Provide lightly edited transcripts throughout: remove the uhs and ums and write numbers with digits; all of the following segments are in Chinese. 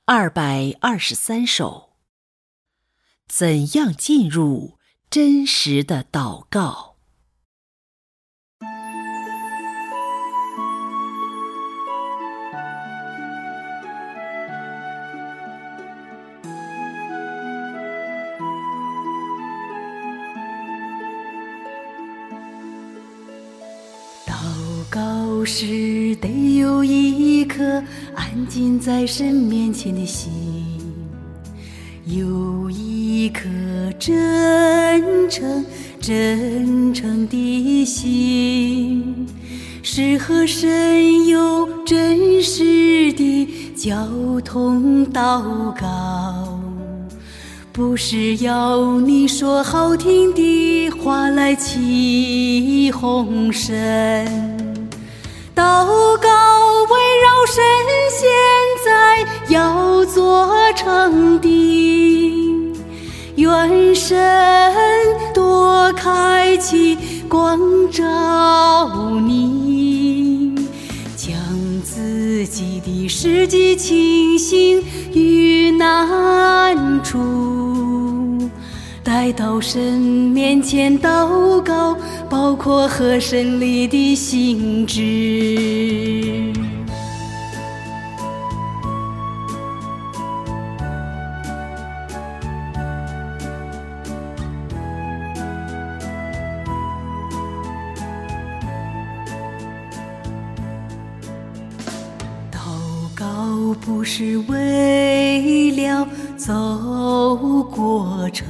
223首。怎样进入真实的祷告？ 祷告时得有一颗安静在神面前的心，有一颗真诚的心，是和神有真实的交通祷告，不是要你说好听的话来起哄神。祷告围绕神现在要做成的，愿神多开启光照你，将自己的实际情形与难处带到神面前祷告，包括和神里的性质。祷告不是为了走过程，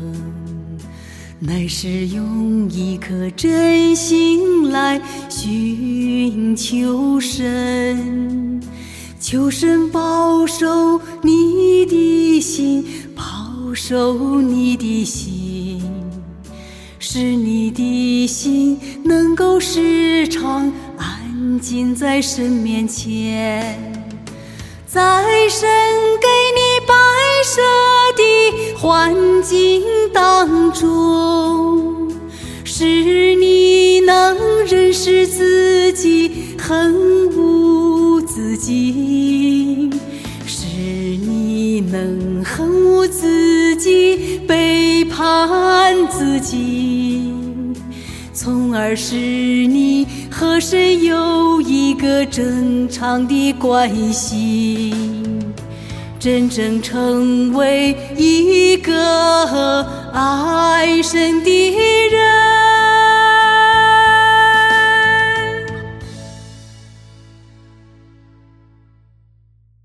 乃是用一颗真心来寻求神，求神保守你的心，保守你的心，使你的心能够时常安静在神面前，在神给你摆设的环境当中，使你能认识自己恨恶自己，使你能恨恶自己，背叛自己，从而使你和神有一个正常的关系，真正成为一个爱神的人。